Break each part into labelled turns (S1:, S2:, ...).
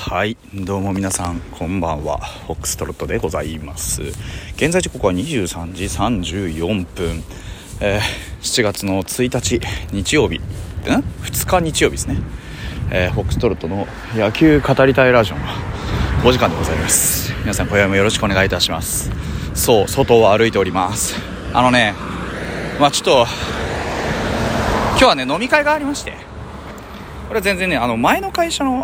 S1: はい、どうも皆さんこんばんは。フォックストロットでございます。現在時刻は23時34分、7月の1日日曜日2日日曜日ですね。フォックストロットの野球語りたいラジオのお時間でございます。皆さん今夜もよろしくお願いいたします。そう、外を歩いております。ちょっと今日はね飲み会がありまして、これは全然ね前の会社の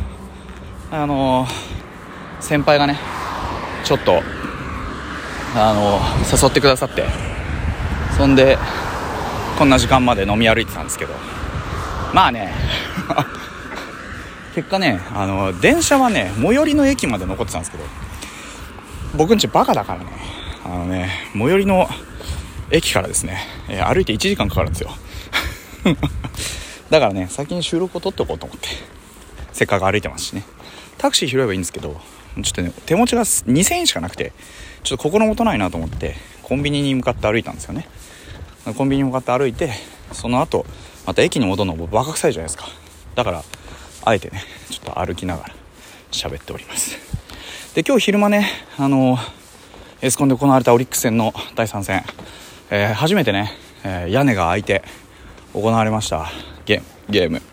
S1: 先輩がねちょっと誘ってくださって、そんでこんな時間まで飲み歩いてたんですけど、まあね結果ね電車はね最寄りの駅まで残ってたんですけど、僕んちバカだからね最寄りの駅からですね、歩いて1時間かかるんですよだからね先に収録を撮っておこうと思って、せっかく歩いてますしね、タクシー拾えばいいんですけど、ちょっとね手持ちが2000円しかなくて、ちょっと心もとないなと思ってコンビニに向かって歩いたんですよね。コンビニに向かって歩いて、その後また駅に戻るのもバカ臭いじゃないですか。だからあえてねちょっと歩きながら喋っております。で、今日昼間ねエスコンで行われたオリックス戦の第3戦、初めてね、屋根が開いて行われましたゲーム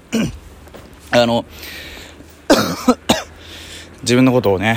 S1: 自分のことをね、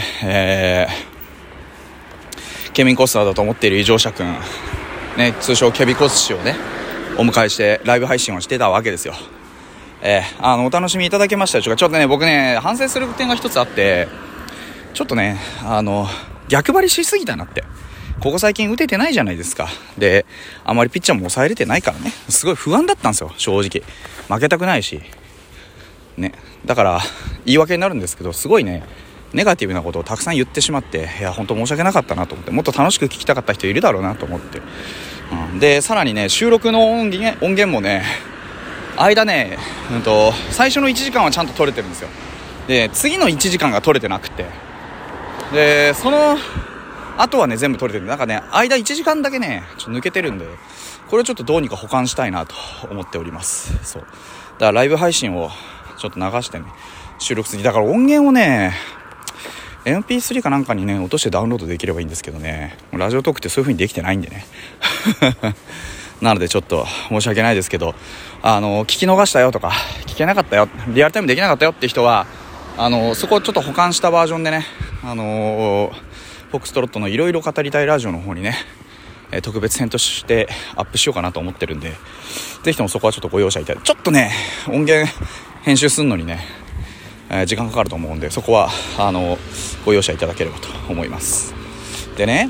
S1: ケビン・コスナーだと思っている異常者くん、ね、通称ケビコス氏をねお迎えしてライブ配信をしてたわけですよ。お楽しみいただけましたでしょうか。ちょっとね僕ね反省する点が一つあって、ちょっとね逆張りしすぎたなって。ここ最近打ててないじゃないですか。であまりピッチャーも抑えれてないからね、すごい不安だったんですよ正直。負けたくないしね、だから言い訳になるんですけど、すごいねネガティブなことをたくさん言ってしまって、いや本当申し訳なかったなと思って、もっと楽しく聞きたかった人いるだろうなと思って、でさらにね収録の音源もね間ね、最初の1時間はちゃんと撮れてるんですよ。で次の1時間が撮れてなくて、でそのあとはね全部撮れてる。なんかね間1時間だけねちょっと抜けてるんで、これをちょっとどうにか保管したいなと思っております。そうだからライブ配信をちょっと流してね収録する。だから音源をね MP3 かなんかにね落としてダウンロードできればいいんですけどね、ラジオトークってそういう風にできてないんでねなのでちょっと申し訳ないですけど、聞き逃したよとか聞けなかったよ、リアルタイムできなかったよって人はそこをちょっと保管したバージョンでねフォックストロットのいろいろ語りたいラジオの方にね特別編としてアップしようかなと思ってるんで、ぜひともそこはちょっとご容赦いただいて、ちょっとね音源編集するのにね、時間かかると思うんで、そこはご容赦いただければと思います。でね、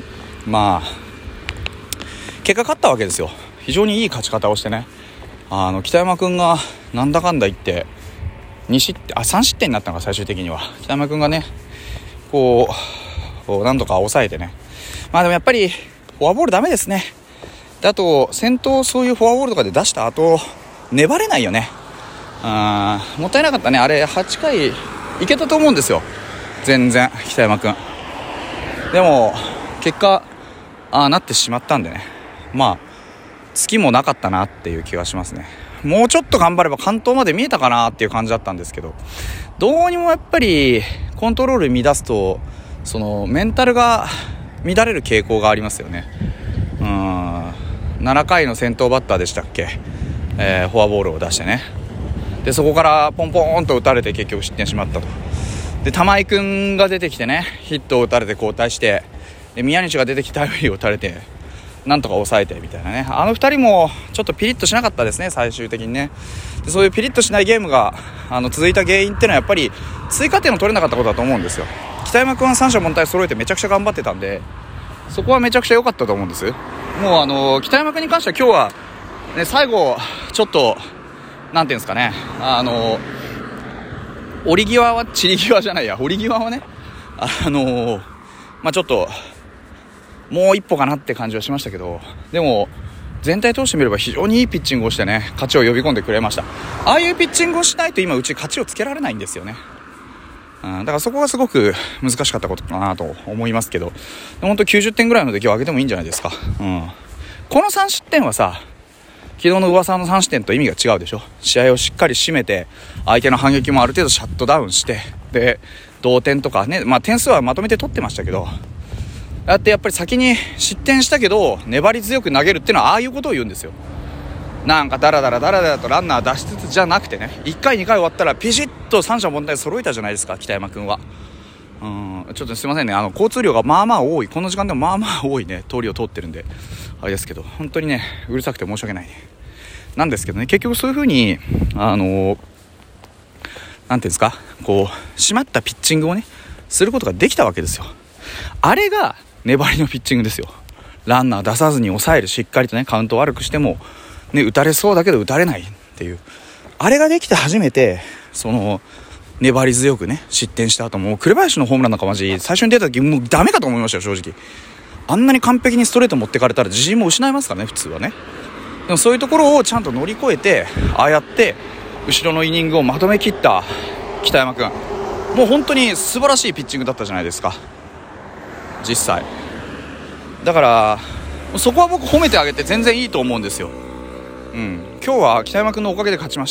S1: 結果勝ったわけですよ。非常にいい勝ち方をしてね、北山くんがなんだかんだ言って3失点になったのが最終的には。北山くんがねこうなんとか抑えてね、でもやっぱりフォアボールダメですね。であと先頭そういうフォアボールとかで出した後粘れないよね。もったいなかったね。あれ8回いけたと思うんですよ全然北山くん。でも結果なってしまったんでね、隙もなかったなっていう気がしますね。もうちょっと頑張れば完投まで見えたかなっていう感じだったんですけど、どうにもやっぱりコントロール乱すとそのメンタルが乱れる傾向がありますよね。7回の先頭バッターでしたっけ、フォアボールを出してね、でそこからポンポーンと打たれて結局失点しまったと。で玉井くんが出てきてねヒットを打たれて交代して、で宮西が出てきてタイムリーを打たれてなんとか抑えてみたいなね、2人もちょっとピリッとしなかったですね最終的にね。でそういうピリッとしないゲームが続いた原因っていうのはやっぱり追加点を取れなかったことだと思うんですよ。北山くんは三者凡退揃えてめちゃくちゃ頑張ってたんで、そこはめちゃくちゃ良かったと思うんです。もう北山くんに関しては今日は、ね、最後ちょっとなんていうんですかね、折り際は散り際じゃないや折り際はねちょっともう一歩かなって感じはしましたけど、でも全体通してみれば非常にいいピッチングをしてね勝ちを呼び込んでくれました。ああいうピッチングをしないと今うち勝ちをつけられないんですよね。だからそこがすごく難しかったことかなと思いますけど、本当90点ぐらいの出来を上げてもいいんじゃないですか。この3失点はさ、昨日の噂の3失点と意味が違うでしょ。試合をしっかり締めて相手の反撃もある程度シャットダウンして、で同点とかね、点数はまとめて取ってましたけど、だってやっぱり先に失点したけど粘り強く投げるっていうのはああいうことを言うんですよ。なんかダラダラとランナー出しつつじゃなくてね、1回2回終わったらピシッと三者凡退揃えたじゃないですか、北山君は。ちょっとすいませんね、交通量がまあまあ多い、この時間でもまあまあ多いね通りを通ってるんであれですけど、本当にねうるさくて申し訳ないねなんですけどね、結局そういう風になんていうんですか、こう締まったピッチングをねすることができたわけですよ。あれが粘りのピッチングですよ。ランナー出さずに抑える、しっかりとねカウント悪くしてもね打たれそうだけど打たれないっていう、あれができて初めてその粘り強くね失点した後も、紅林のホームランなんかマジ最初に出た時もうダメかと思いましたよ、正直。あんなに完璧にストレート持ってかれたら自信も失いますからね、普通はね。でもそういうところをちゃんと乗り越えて、ああやって後ろのイニングをまとめきった北山君、もう本当に素晴らしいピッチングだったじゃないですか、実際。だからそこは僕褒めてあげて全然いいと思うんですよ。今日は北山君のおかげで勝ちました。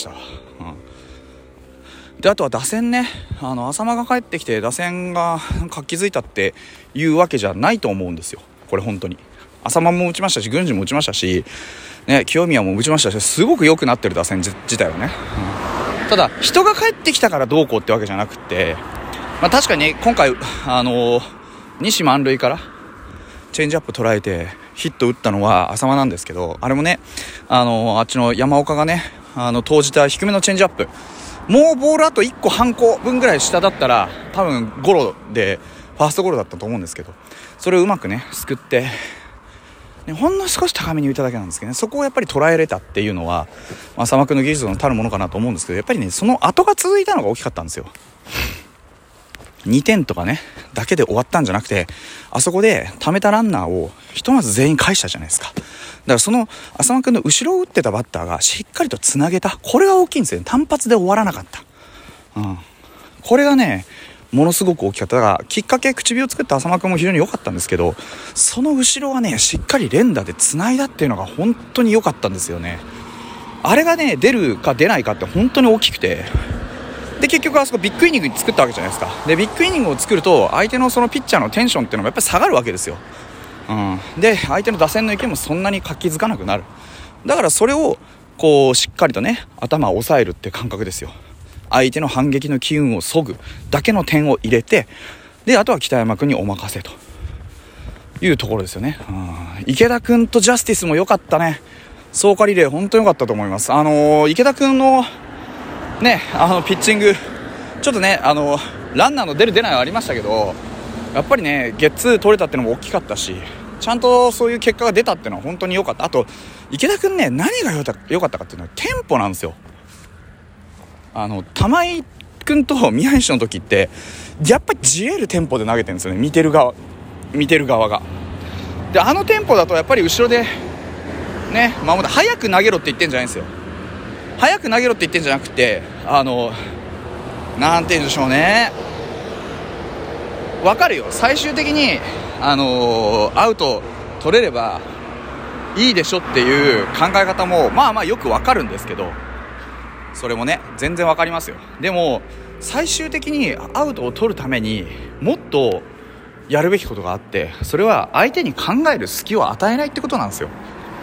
S1: であとは打線ね、浅間が帰ってきて打線が活気づいたっていうわけじゃないと思うんですよ、これ本当に。浅間も打ちましたし、郡司も打ちましたし、ね、清宮も打ちましたし、すごく良くなってる打線自体はね、ただ人が帰ってきたからどうこうってわけじゃなくて、確かに、ね、今回西満塁からチェンジアップ捉えてヒット打ったのは浅間なんですけど、あれもねあっちの山岡がね投じた低めのチェンジアップ、もうボールあと1個半個分ぐらい下だったら多分ゴロでファーストゴロだったと思うんですけど、それをうまくねすくって、ね、ほんの少し高めに打っただけなんですけどね、そこをやっぱり捉えれたっていうのは浅間君の技術のたるものかなと思うんですけど、やっぱりねその後が続いたのが大きかったんですよ。2点とかねだけで終わったんじゃなくて、あそこで溜めたランナーをひとまず全員返したじゃないですか。だからその浅間君の後ろを打ってたバッターがしっかりとつなげた、これが大きいんですよね。単発で終わらなかった、これがねものすごく大きかった。だからきっかけ口火を作った浅間君も非常に良かったんですけど、その後ろはねしっかり連打でつないだっていうのが本当に良かったんですよね。あれがね出るか出ないかって本当に大きくて、で結局あそこビッグイニングに作ったわけじゃないですか。でビッグイニングを作ると相手のそのピッチャーのテンションっていうのがやっぱり下がるわけですよ。で相手の打線の意見もそんなに活気づかなくなる。だからそれをこうしっかりとね頭を抑えるって感覚ですよ。相手の反撃の機運を削ぐだけの点を入れて、であとは北山君にお任せというところですよね。池田君とジャスティスも良かったね。走化リレー本当に良かったと思います。池田君のねピッチングちょっとねランナーの出る出ないはありましたけど、やっぱりねゲッツー取れたっていうのも大きかったし、ちゃんとそういう結果が出たっていうのは本当に良かった。あと池田君ね何が良かったかっていうのはテンポなんですよ。玉井君と宮西の時ってやっぱり自えるテンポで投げてるんですよね、見てる側が。でテンポだとやっぱり後ろでね守って早く投げろって言ってんじゃないんですよ。早く投げろって言ってんじゃなくてなんて言うんでしょうね、分かるよ、最終的にアウト取れればいいでしょっていう考え方もまあまあよく分かるんですけど、それもね全然分かりますよ。でも最終的にアウトを取るためにもっとやるべきことがあって、それは相手に考える隙を与えないってことなんですよ。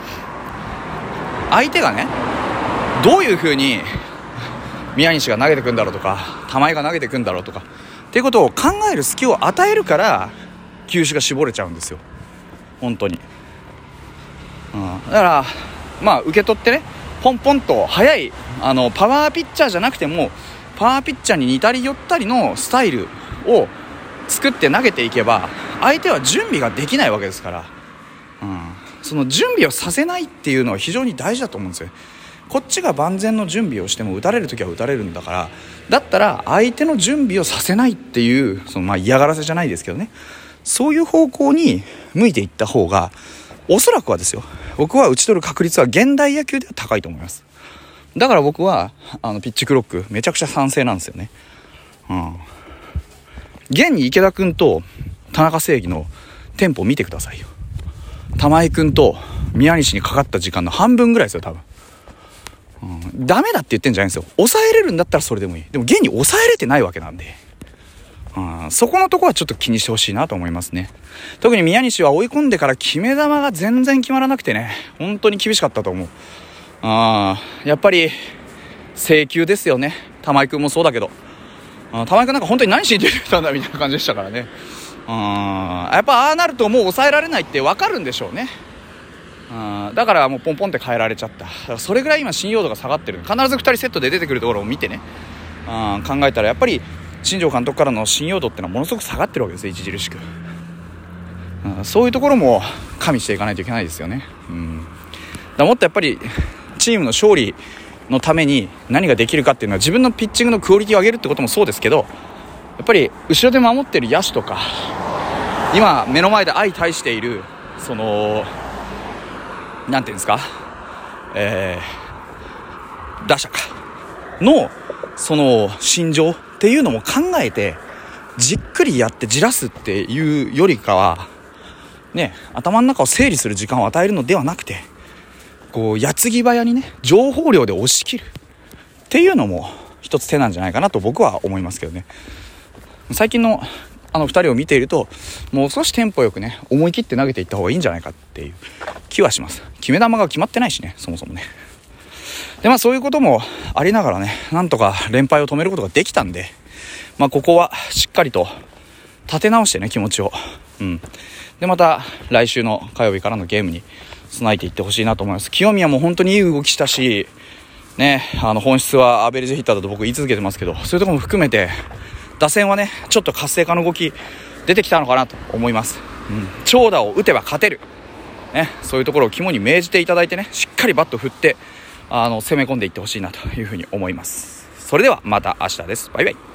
S1: 相手がねどういう風に宮西が投げてくんだろうとか玉井が投げてくんだろうとかっていうことを考える隙を与えるから球種が絞れちゃうんですよ本当に。だから受け取ってねポンポンと速いパワーピッチャーじゃなくてもパワーピッチャーに似たり寄ったりのスタイルを作って投げていけば相手は準備ができないわけですから、その準備をさせないっていうのは非常に大事だと思うんですよ。こっちが万全の準備をしても打たれるときは打たれるんだから、だったら相手の準備をさせないっていう嫌がらせじゃないですけどね、そういう方向に向いていった方がおそらくはですよ、僕は打ち取る確率は現代野球では高いと思います。だから僕はピッチクロックめちゃくちゃ賛成なんですよね。現に池田君と田中正義のテンポを見てくださいよ。玉井君と宮西にかかった時間の半分ぐらいですよ多分。ダメだって言ってんじゃないんですよ。抑えれるんだったらそれでもいい。でも現に抑えれてないわけなんで、 そこのところはちょっと気にしてほしいなと思いますね。特に宮西は追い込んでから決め球が全然決まらなくてね、本当に厳しかったと思う。やっぱり制球ですよね。玉井君もそうだけど、玉井君なんか本当に何しに出てたんだみたいな感じでしたからね。やっぱなるともう抑えられないって分かるんでしょうね。だからもうポンポンって変えられちゃった。だからそれぐらい今信用度が下がってる。必ず2人セットで出てくるところを見てね、考えたらやっぱり新庄監督からの信用度ってのはものすごく下がってるわけですよ、著しく。そういうところも加味していかないといけないですよね。だもっとやっぱりチームの勝利のために何ができるかっていうのは、自分のピッチングのクオリティを上げるってこともそうですけど、やっぱり後ろで守ってる野手とか、今目の前で相対しているそのなんていうんですか、打者かのその心情っていうのも考えて、じっくりやってじらすっていうよりかはね、頭の中を整理する時間を与えるのではなくて、こう矢継ぎ早にね、情報量で押し切るっていうのも一つ手なんじゃないかなと僕は思いますけどね。最近の2人を見ていると、もう少しテンポよくね、思い切って投げていった方がいいんじゃないかっていう気はします。決め球が決まってないしね、そもそもね。でそういうこともありながらね、なんとか連敗を止めることができたんで、ここはしっかりと立て直してね、気持ちを、でまた来週の火曜日からのゲームに備えていってほしいなと思います。清宮も本当にいい動きしたしね、本質はアベレージヒッターだと僕言い続けてますけど、そういうところも含めて打線はね、ちょっと活性化の動き出てきたのかなと思います。長打を打てば勝てる、そういうところを肝に銘じていただいてね、しっかりバット振って攻め込んでいってほしいなというふうに思います。それではまた明日です。バイバイ。